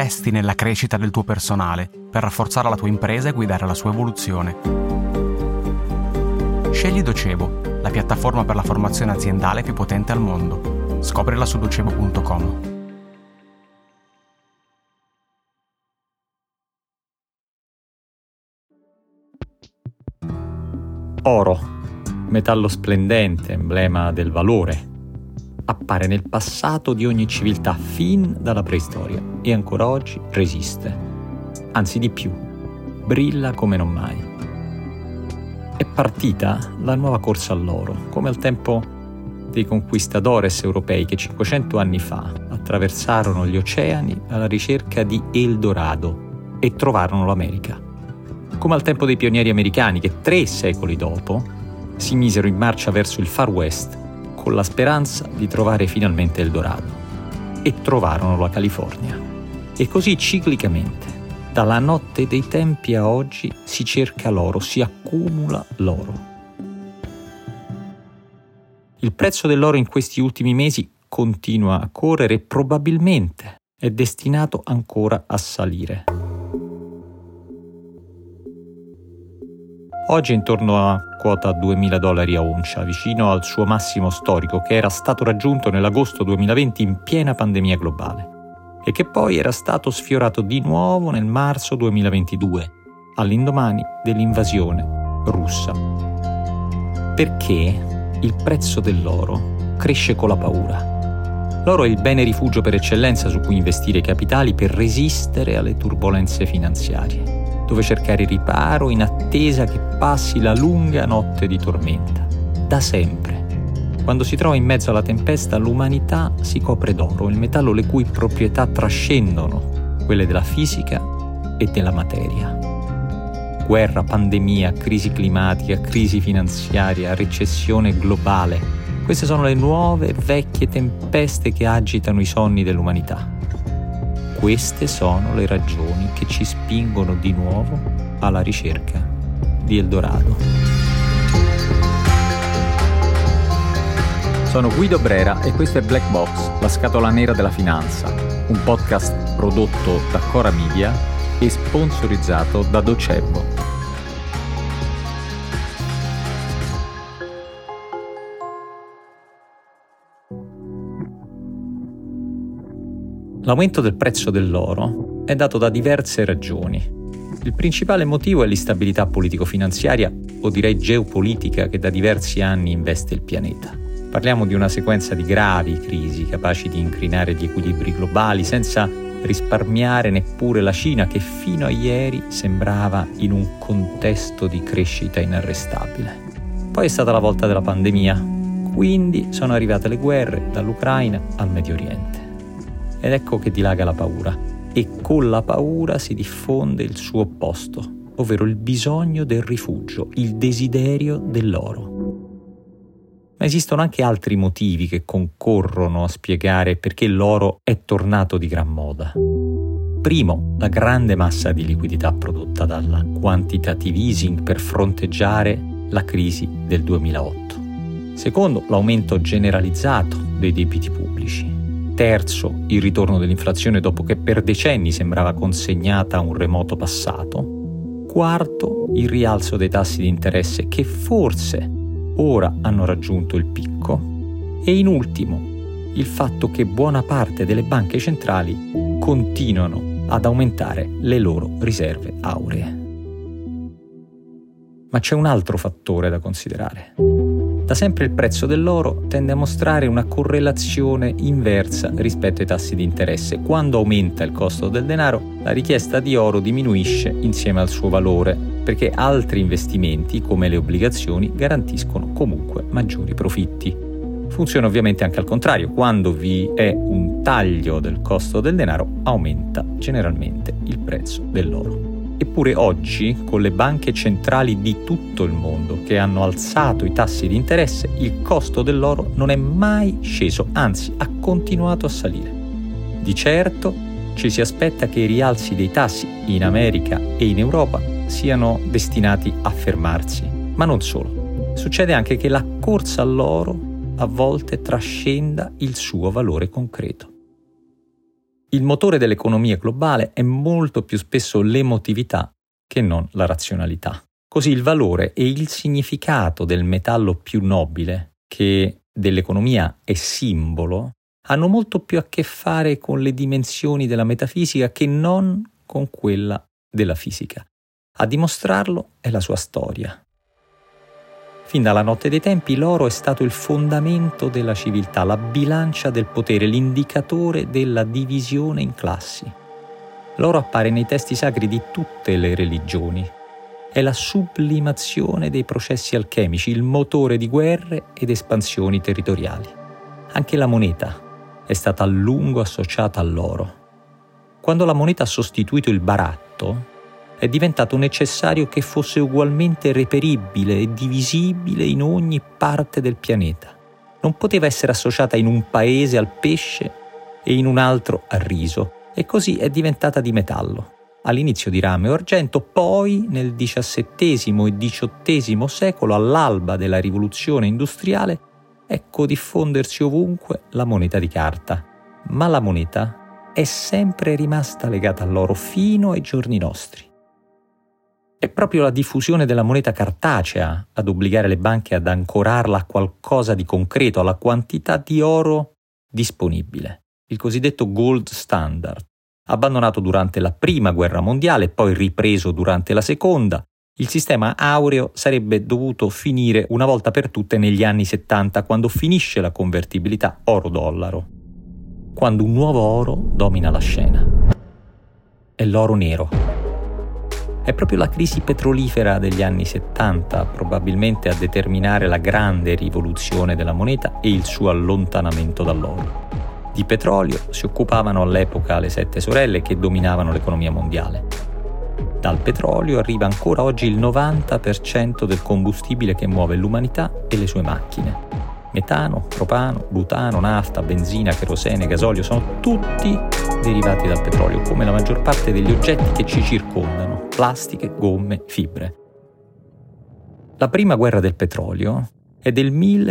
investi nella crescita del tuo personale per rafforzare la tua impresa e guidare la sua evoluzione. Scegli Docebo, la piattaforma per la formazione aziendale più potente al mondo. Scoprila su docebo.com. Oro, metallo splendente, emblema del valore, appare nel passato di ogni civiltà fin dalla preistoria e ancora oggi resiste. Anzi di più, brilla come non mai. È partita la nuova corsa all'oro, come al tempo dei conquistadores europei che 500 anni fa attraversarono gli oceani alla ricerca di Eldorado e trovarono l'America. Come al tempo dei pionieri americani che 3 secoli dopo si misero in marcia verso il Far West con la speranza di trovare finalmente Eldorado e trovarono la California. E così ciclicamente, dalla notte dei tempi a oggi, si cerca l'oro, si accumula l'oro. Il prezzo dell'oro in questi ultimi mesi continua a correre e probabilmente è destinato ancora a salire. Oggi è intorno a quota $2.000 a oncia, vicino al suo massimo storico che era stato raggiunto nell'agosto 2020 in piena pandemia globale e che poi era stato sfiorato di nuovo nel marzo 2022, all'indomani dell'invasione russa. Perché il prezzo dell'oro cresce con la paura. L'oro è il bene rifugio per eccellenza su cui investire i capitali per resistere alle turbolenze finanziarie, dove cercare riparo in attesa che passi la lunga notte di tormenta. Da sempre, quando si trova in mezzo alla tempesta, l'umanità si copre d'oro, il metallo le cui proprietà trascendono quelle della fisica e della materia. Guerra, pandemia, crisi climatica, crisi finanziaria, recessione globale. Queste sono le nuove, vecchie tempeste che agitano i sonni dell'umanità. Queste sono le ragioni che ci spingono di nuovo alla ricerca di Eldorado. Sono Guido Brera e questo è Black Box, la scatola nera della finanza, un podcast prodotto da Cora Media e sponsorizzato da Docebo. L'aumento del prezzo dell'oro è dato da diverse ragioni. Il principale motivo è l'instabilità politico-finanziaria, o direi geopolitica, che da diversi anni investe il pianeta. Parliamo di una sequenza di gravi crisi capaci di incrinare gli equilibri globali senza risparmiare neppure la Cina, che fino a ieri sembrava in un contesto di crescita inarrestabile. Poi è stata la volta della pandemia, quindi sono arrivate le guerre dall'Ucraina al Medio Oriente. Ed ecco che dilaga la paura, e con la paura si diffonde il suo opposto, ovvero il bisogno del rifugio, il desiderio dell'oro. Ma esistono anche altri motivi che concorrono a spiegare perché l'oro è tornato di gran moda. Primo, la grande massa di liquidità prodotta dalla quantitative easing per fronteggiare la crisi del 2008. Secondo, l'aumento generalizzato dei debiti pubblici. Terzo, il ritorno dell'inflazione dopo che per decenni sembrava consegnata a un remoto passato. Quarto, il rialzo dei tassi di interesse che forse ora hanno raggiunto il picco. E in ultimo, il fatto che buona parte delle banche centrali continuano ad aumentare le loro riserve auree. Ma c'è un altro fattore da considerare. Da sempre il prezzo dell'oro tende a mostrare una correlazione inversa rispetto ai tassi di interesse. Quando aumenta il costo del denaro, la richiesta di oro diminuisce insieme al suo valore, perché altri investimenti, come le obbligazioni, garantiscono comunque maggiori profitti. Funziona ovviamente anche al contrario. Quando vi è un taglio del costo del denaro, aumenta generalmente il prezzo dell'oro. Eppure oggi, con le banche centrali di tutto il mondo che hanno alzato i tassi di interesse, il costo dell'oro non è mai sceso, anzi ha continuato a salire. Di certo ci si aspetta che i rialzi dei tassi in America e in Europa siano destinati a fermarsi, ma non solo. Succede anche che la corsa all'oro a volte trascenda il suo valore concreto. Il motore dell'economia globale è molto più spesso l'emotività che non la razionalità. Così il valore e il significato del metallo più nobile, che dell'economia è simbolo, hanno molto più a che fare con le dimensioni della metafisica che non con quella della fisica. A dimostrarlo è la sua storia. Fin dalla notte dei tempi l'oro è stato il fondamento della civiltà, la bilancia del potere, l'indicatore della divisione in classi. L'oro appare nei testi sacri di tutte le religioni. È la sublimazione dei processi alchemici, il motore di guerre ed espansioni territoriali. Anche la moneta è stata a lungo associata all'oro. Quando la moneta ha sostituito il baratto, è diventato necessario che fosse ugualmente reperibile e divisibile in ogni parte del pianeta. Non poteva essere associata in un paese al pesce e in un altro al riso, e così è diventata di metallo. All'inizio di rame o argento, poi nel XVII e XVIII secolo, all'alba della rivoluzione industriale, ecco diffondersi ovunque la moneta di carta. Ma la moneta è sempre rimasta legata all'oro fino ai giorni nostri. È proprio la diffusione della moneta cartacea ad obbligare le banche ad ancorarla a qualcosa di concreto, alla quantità di oro disponibile, il cosiddetto gold standard, abbandonato durante la Prima Guerra Mondiale e poi ripreso durante la Seconda. Il sistema aureo sarebbe dovuto finire una volta per tutte negli anni 70, quando finisce la convertibilità oro-dollaro, quando un nuovo oro domina la scena. È l'oro nero. È proprio la crisi petrolifera degli anni 70 probabilmente a determinare la grande rivoluzione della moneta e il suo allontanamento dall'oro. Di petrolio si occupavano all'epoca le 7 sorelle che dominavano l'economia mondiale. Dal petrolio arriva ancora oggi il 90% del combustibile che muove l'umanità e le sue macchine. Metano, propano, butano, nafta, benzina, kerosene, gasolio sono tutti derivati dal petrolio, come la maggior parte degli oggetti che ci circondano, plastiche, gomme, fibre. La prima guerra del petrolio è del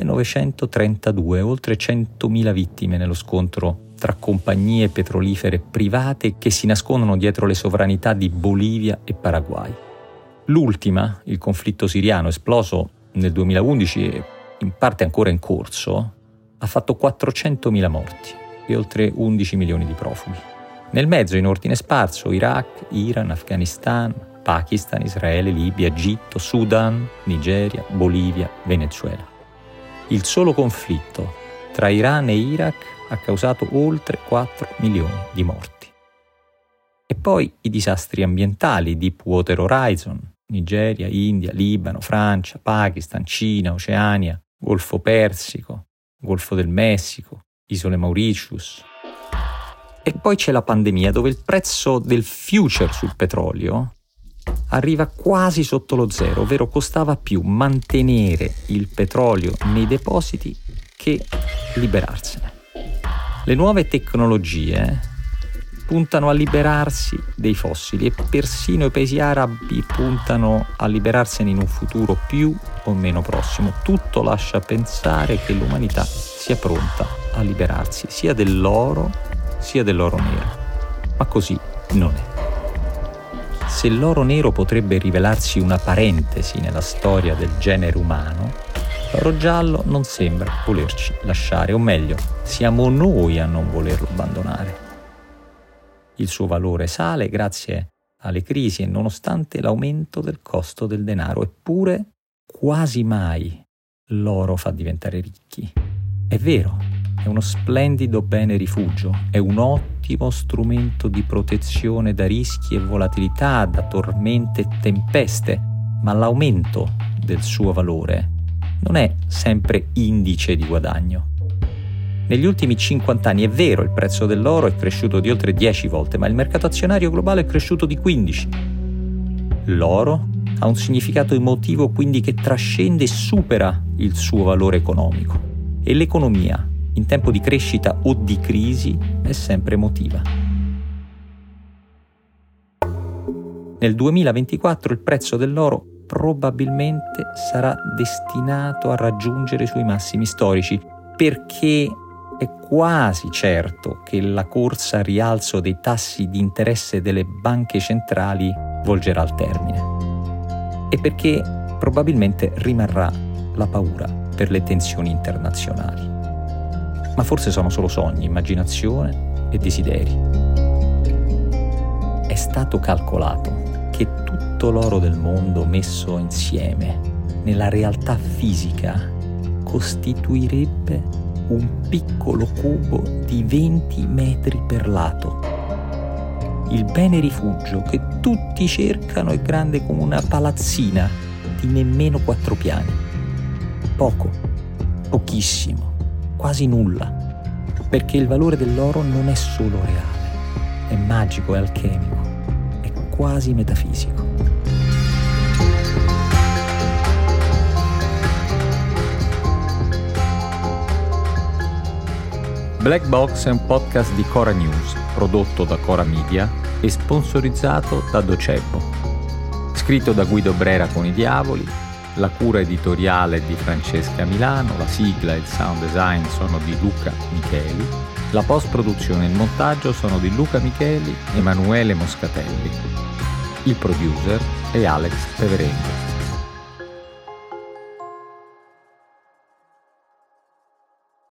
1932, oltre 100.000 vittime nello scontro tra compagnie petrolifere private che si nascondono dietro le sovranità di Bolivia e Paraguay. L'ultima, il conflitto siriano, esploso nel 2011 e in parte ancora in corso, ha fatto 400.000 morti e oltre 11 milioni di profughi. Nel mezzo, in ordine sparso, Iraq, Iran, Afghanistan, Pakistan, Israele, Libia, Egitto, Sudan, Nigeria, Bolivia, Venezuela. Il solo conflitto tra Iran e Iraq ha causato oltre 4 milioni di morti. E poi i disastri ambientali, Deepwater Horizon, Nigeria, India, Libano, Francia, Pakistan, Cina, Oceania, Golfo Persico, Golfo del Messico, Isole Mauritius. E poi c'è la pandemia, dove il prezzo del future sul petrolio arriva quasi sotto lo zero, ovvero costava più mantenere il petrolio nei depositi che liberarsene. Le nuove tecnologie puntano a liberarsi dei fossili e persino i paesi arabi puntano a liberarsene in un futuro più o meno prossimo. Tutto lascia pensare che l'umanità sia pronta a liberarsi sia dell'oro sia dell'oro nero. Ma così non è. Se l'oro nero potrebbe rivelarsi una parentesi nella storia del genere umano, l'oro giallo non sembra volerci lasciare, o meglio, siamo noi a non volerlo abbandonare. Il suo valore sale grazie alle crisi e nonostante l'aumento del costo del denaro, eppure quasi mai l'oro fa diventare ricchi. È vero, è uno splendido bene rifugio, è un ottimo strumento di protezione da rischi e volatilità, da tormente e tempeste, ma l'aumento del suo valore non è sempre indice di guadagno. Negli ultimi 50 anni è vero, il prezzo dell'oro è cresciuto di oltre 10 volte, ma il mercato azionario globale è cresciuto di 15. L'oro ha un significato emotivo quindi che trascende e supera il suo valore economico. E l'economia, in tempo di crescita o di crisi, è sempre emotiva. Nel 2024 il prezzo dell'oro probabilmente sarà destinato a raggiungere i suoi massimi storici, perché È quasi certo che la corsa al rialzo dei tassi di interesse delle banche centrali volgerà al termine. E perché probabilmente rimarrà la paura per le tensioni internazionali. Ma forse sono solo sogni, immaginazione e desideri. È stato calcolato che tutto l'oro del mondo messo insieme nella realtà fisica costituirebbe un piccolo cubo di 20 metri per lato. Il bene rifugio che tutti cercano è grande come una palazzina di nemmeno 4 piani. Poco, pochissimo, quasi nulla, perché il valore dell'oro non è solo reale, è magico, è alchemico, è quasi metafisico. Black Box è un podcast di Cora News, prodotto da Cora Media e sponsorizzato da Docebo. Scritto da Guido Brera con i Diavoli, la cura editoriale è di Francesca Milano, la sigla e il sound design sono di Luca Micheli, la post-produzione e il montaggio sono di Luca Micheli e Emanuele Moscatelli. Il producer è Alex Peverengo.